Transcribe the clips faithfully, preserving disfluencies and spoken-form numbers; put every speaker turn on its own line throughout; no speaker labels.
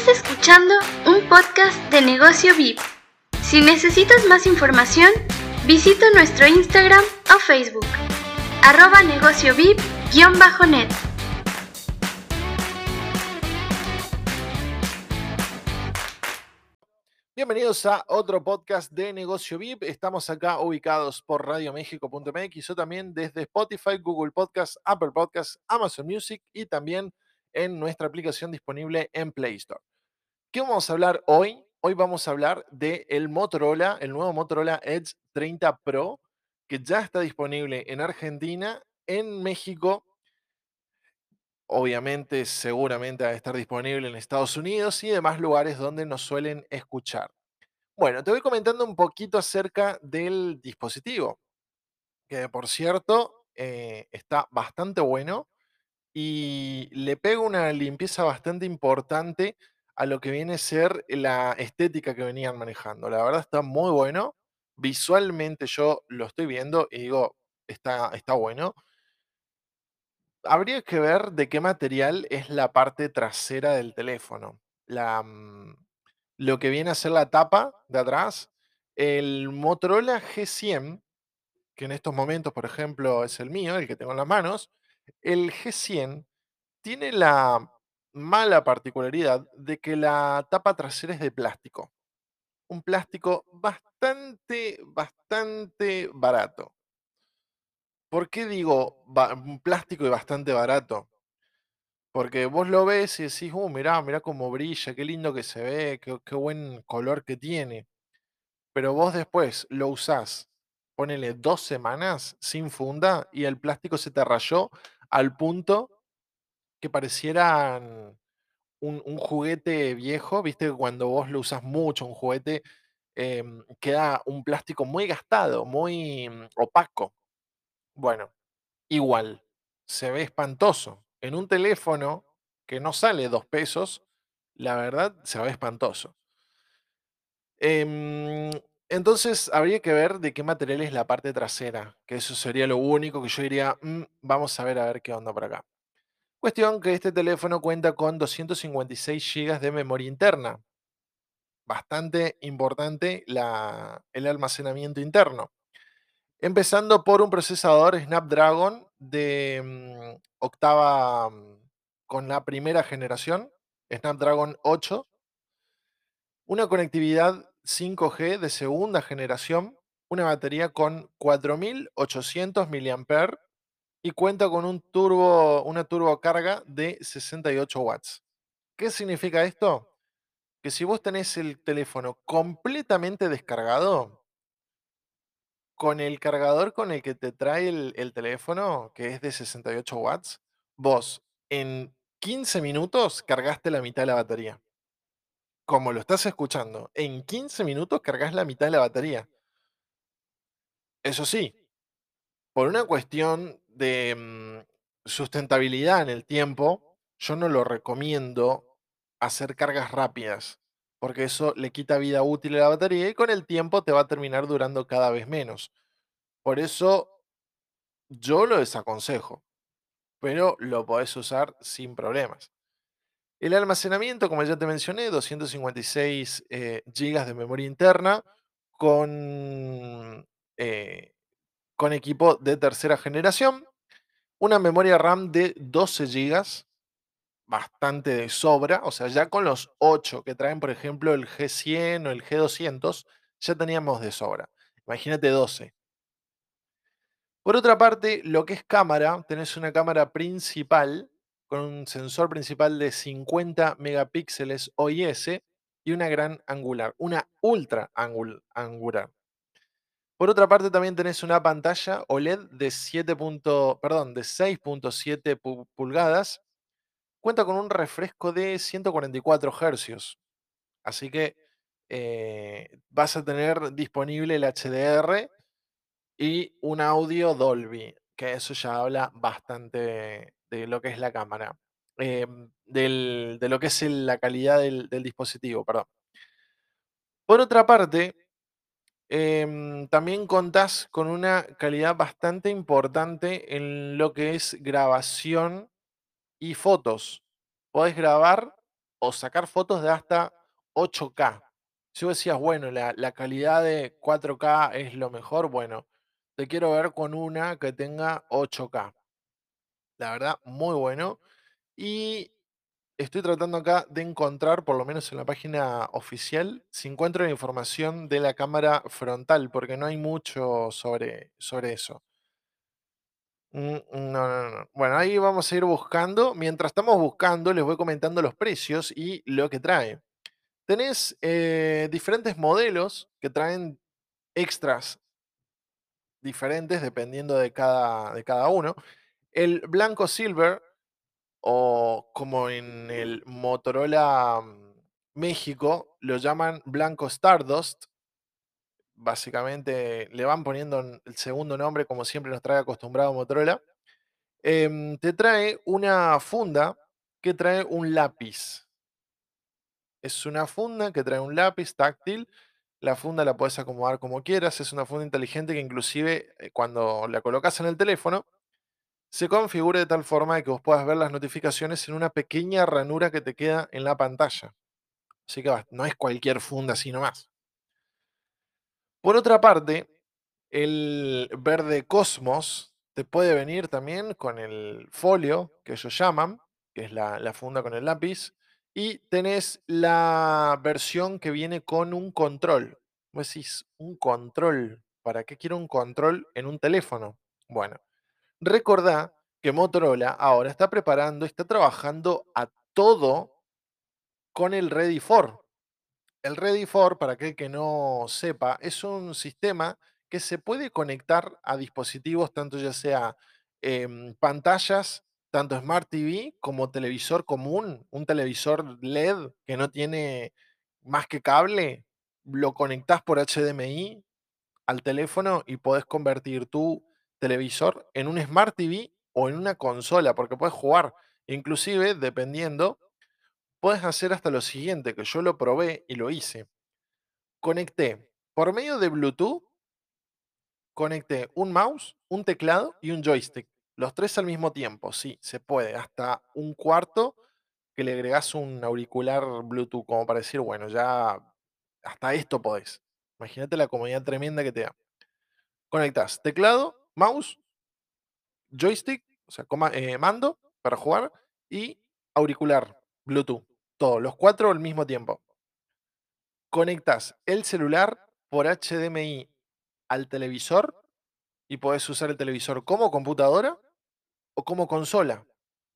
Estás escuchando un podcast de Negocio V I P. Si necesitas más información, visita nuestro Instagram o Facebook, arroba negocio vip-net.
Bienvenidos a otro podcast de Negocio V I P. Estamos acá ubicados por radio méxico punto m x o también desde Spotify, Google Podcast, Apple Podcast, Amazon Music y también en nuestra aplicación disponible en Play Store. ¿Qué vamos a hablar hoy? Hoy vamos a hablar del Motorola, el nuevo Motorola Edge treinta Pro, que ya está disponible en Argentina, en México. Obviamente, seguramente va a estar disponible en Estados Unidos y demás lugares donde nos suelen escuchar. Bueno, te voy comentando un poquito acerca del dispositivo, que por cierto eh, está bastante bueno y le pega una limpieza bastante importante a lo que viene a ser la estética que venían manejando. La verdad está muy bueno. Visualmente yo lo estoy viendo y digo, está, está bueno. Habría que ver de qué material es la parte trasera del teléfono. La, mm, lo que viene a ser la tapa de atrás. El Motorola G cien, que en estos momentos, por ejemplo, es el mío, el que tengo en las manos, el G cien tiene la mala particularidad de que la tapa trasera es de plástico. Un plástico bastante, bastante barato. ¿Por qué digo ba- un plástico y bastante barato? Porque vos lo ves y decís, uh, mirá, mirá cómo brilla, qué lindo que se ve, qué, qué buen color que tiene. Pero vos después lo usás, ponele dos semanas sin funda y el plástico se te rayó al punto que parecieran un, un juguete viejo, viste, que cuando vos lo usás mucho, un juguete, em, queda un plástico muy gastado, muy mm, opaco. Bueno, igual, se ve espantoso. En un teléfono que no sale dos pesos, la verdad se ve espantoso. Em, entonces habría que ver de qué material es la parte trasera, que eso sería lo único que yo diría, "Mm, vamos a ver a ver qué onda por acá". Cuestión que este teléfono cuenta con doscientos cincuenta y seis gigas de memoria interna, bastante importante la- el almacenamiento interno. Empezando por un procesador Snapdragon de mm, octava mm, con la primera generación, Snapdragon ocho, una conectividad cinco G de segunda generación, una batería con cuatro mil ochocientos miliamperios hora y cuenta con un turbo, una turbocarga de sesenta y ocho watts. ¿Qué significa esto? Que si vos tenés el teléfono completamente descargado, con el cargador con el que te trae el, el teléfono, que es de sesenta y ocho watts, vos en quince minutos cargaste la mitad de la batería. Como lo estás escuchando, en quince minutos cargas la mitad de la batería. Eso sí, por una cuestión de mm, sustentabilidad en el tiempo, yo no lo recomiendo hacer cargas rápidas, porque eso le quita vida útil a la batería y con el tiempo te va a terminar durando cada vez menos. Por eso yo lo desaconsejo, pero lo podés usar sin problemas. El almacenamiento, como ya te mencioné, doscientos cincuenta y seis eh, gigas de memoria interna con, eh, con equipo de tercera generación, una memoria RAM de doce gigas, bastante de sobra, o sea, ya con los ocho que traen, por ejemplo, el G cien o el G doscientos, ya teníamos de sobra. Imagínate doce. Por otra parte, lo que es cámara, tenés una cámara principal con un sensor principal de cincuenta megapíxeles O I S y una gran angular, una ultra angul- angular. Por otra parte, también tenés una pantalla O L E D de siete punto- perdón, de seis punto siete pu- pulgadas. Cuenta con un refresco de ciento cuarenta y cuatro hercios. Así que eh, vas a tener disponible el H D R y un audio Dolby, que eso ya habla bastante de lo que es la cámara, em, del- de lo que es el- la calidad del, del dispositivo, perdón. Por otra parte, em, también contás con una calidad bastante importante en lo que es grabación y fotos. Podés grabar o sacar fotos de hasta ocho K. Si vos decías, bueno, la, la calidad de cuatro K es lo mejor, bueno, te quiero ver con una que tenga ocho K. La verdad, muy bueno. Y estoy tratando acá de encontrar, por lo menos en la página oficial, si encuentro la información de la cámara frontal, porque no hay mucho sobre, sobre eso. Mm, No, no, no. Bueno, ahí vamos a ir buscando. Mientras estamos buscando, les voy comentando los precios y lo que trae. Tenés eh, diferentes modelos que traen extras diferentes dependiendo de cada, de cada uno. El blanco silver, o como en el Motorola mm, México lo llaman blanco Stardust, básicamente le van poniendo n- el segundo nombre como siempre nos trae acostumbrado Motorola. Em, te trae una funda que trae un lápiz. Es una funda que trae un lápiz táctil. La funda la puedes acomodar como quieras. Es una funda inteligente que inclusive eh, cuando la colocas en el teléfono se configura de tal forma de que vos puedas ver las notificaciones en una pequeña ranura que te queda en la pantalla. Así que va, no es cualquier funda así nomás. Por otra parte, el verde Cosmos te puede venir también con el folio, que ellos llaman, que es la, la funda con el lápiz, y tenés la versión que viene con un control. Vos decís, ¿un control? ¿Para qué quiero un control en un teléfono? Bueno, recordá que Motorola ahora está preparando, está trabajando a todo con el Ready cuatro. El Ready cuatro, para aquel que no sepa, es un sistema que se puede conectar a dispositivos, tanto ya sea em, pantallas, tanto Smart T V como televisor común, un televisor L E D que no tiene más que cable, lo conectás por H D M I al teléfono y podés convertir tu televisor en un Smart T V o en una consola, porque puedes jugar. Inclusive, dependiendo, puedes hacer hasta lo siguiente, que yo lo probé y lo hice. Conecté por medio de Bluetooth, conecté un mouse, un teclado y un joystick. Los tres al mismo tiempo, sí, se puede. Hasta un cuarto que le agregás un auricular Bluetooth, como para decir, bueno, ya hasta esto podés. Imagínate la comodidad tremenda que te da. Conectás teclado, mouse, joystick, o sea, coma- eh, mando para jugar y auricular, Bluetooth. Todos, los cuatro al mismo tiempo. Conectás el celular por H D M I al televisor y podés usar el televisor como computadora o como consola.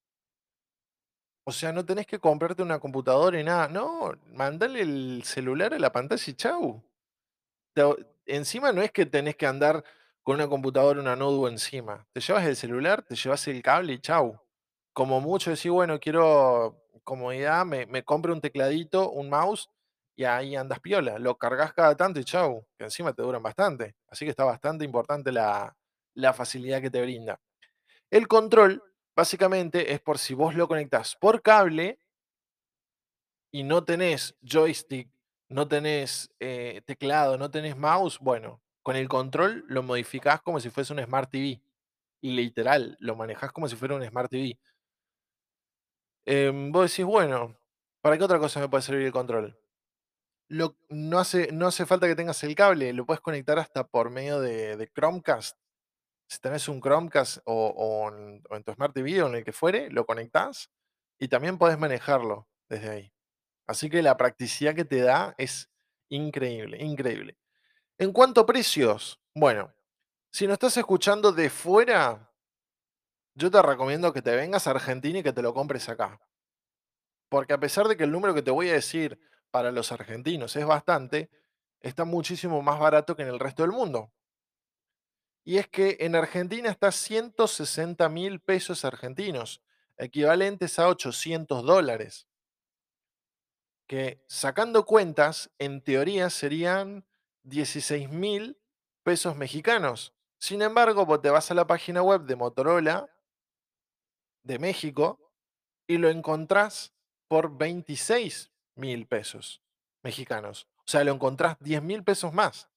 O sea, no tenés que comprarte una computadora y nada. No, mandale el celular a la pantalla y chau. Te ahor- encima no es que tenés que andar con una computadora, una notebook encima. Te llevas el celular, te llevas el cable y chau. Como mucho decir, bueno, quiero comodidad, me, me compro un tecladito, un mouse y ahí andas piola. Lo cargas cada tanto y chau, que encima te duran bastante. Así que está bastante importante la, la facilidad que te brinda. El control, básicamente, es por si vos lo conectás por cable y no tenés joystick, no tenés eh, teclado, no tenés mouse, bueno, con el control lo modificás como si fuese un Smart T V. Y literal, lo manejás como si fuera un Smart T V. Em, vos decís, bueno, ¿para qué otra cosa me puede servir el control? Lo- no hace, no hace falta que tengas el cable, lo puedes conectar hasta por medio de, de Chromecast. Si tenés un Chromecast o, o en, o en tu Smart T V o en el que fuere, lo conectás y también podés manejarlo desde ahí. Así que la practicidad que te da es increíble, increíble. En cuanto a precios, bueno, si no estás escuchando de fuera, yo te recomiendo que te vengas a Argentina y que te lo compres acá. Porque a pesar de que el número que te voy a decir para los argentinos es bastante, está muchísimo más barato que en el resto del mundo. Y es que en Argentina está ciento sesenta mil pesos argentinos, equivalentes a ochocientos dólares, que sacando cuentas, en teoría serían dieciséis mil pesos mexicanos. Sin embargo, vos te vas a la página web de Motorola de México y lo encontrás por veintiséis mil pesos mexicanos. O sea, lo encontrás diez mil pesos más.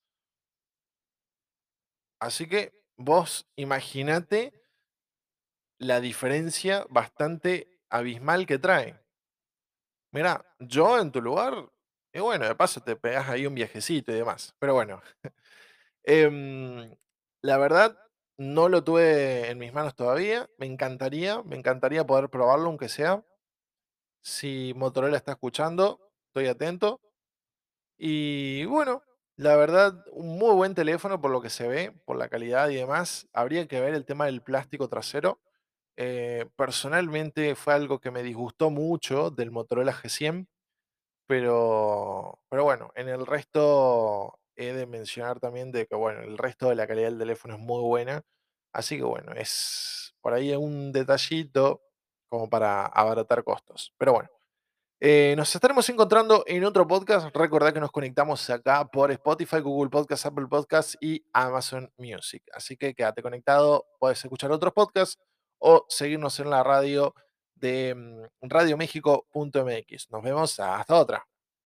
Así que vos imaginate la diferencia bastante abismal que trae. Mira, yo en tu lugar, y bueno, de paso te pegas ahí un viajecito y demás. Pero bueno, em, la verdad, no lo tuve en mis manos todavía. Me encantaría, me encantaría poder probarlo, aunque sea. Si Motorola está escuchando, estoy atento. Y bueno, la verdad, un muy buen teléfono por lo que se ve, por la calidad y demás. Habría que ver el tema del plástico trasero. Eh, personalmente fue algo que me disgustó mucho del Motorola G cien, pero, pero bueno, en el resto he de mencionar también de que bueno, el resto de la calidad del teléfono es muy buena. Así que bueno, es por ahí un detallito como para abaratar costos. Pero bueno. Eh, nos estaremos encontrando en otro podcast. Recordad que nos conectamos acá por Spotify, Google Podcast, Apple Podcast y Amazon Music. Así que quédate conectado, puedes escuchar otros podcasts o seguirnos en la radio de mm, radiomexico punto m x. Nos vemos hasta otra.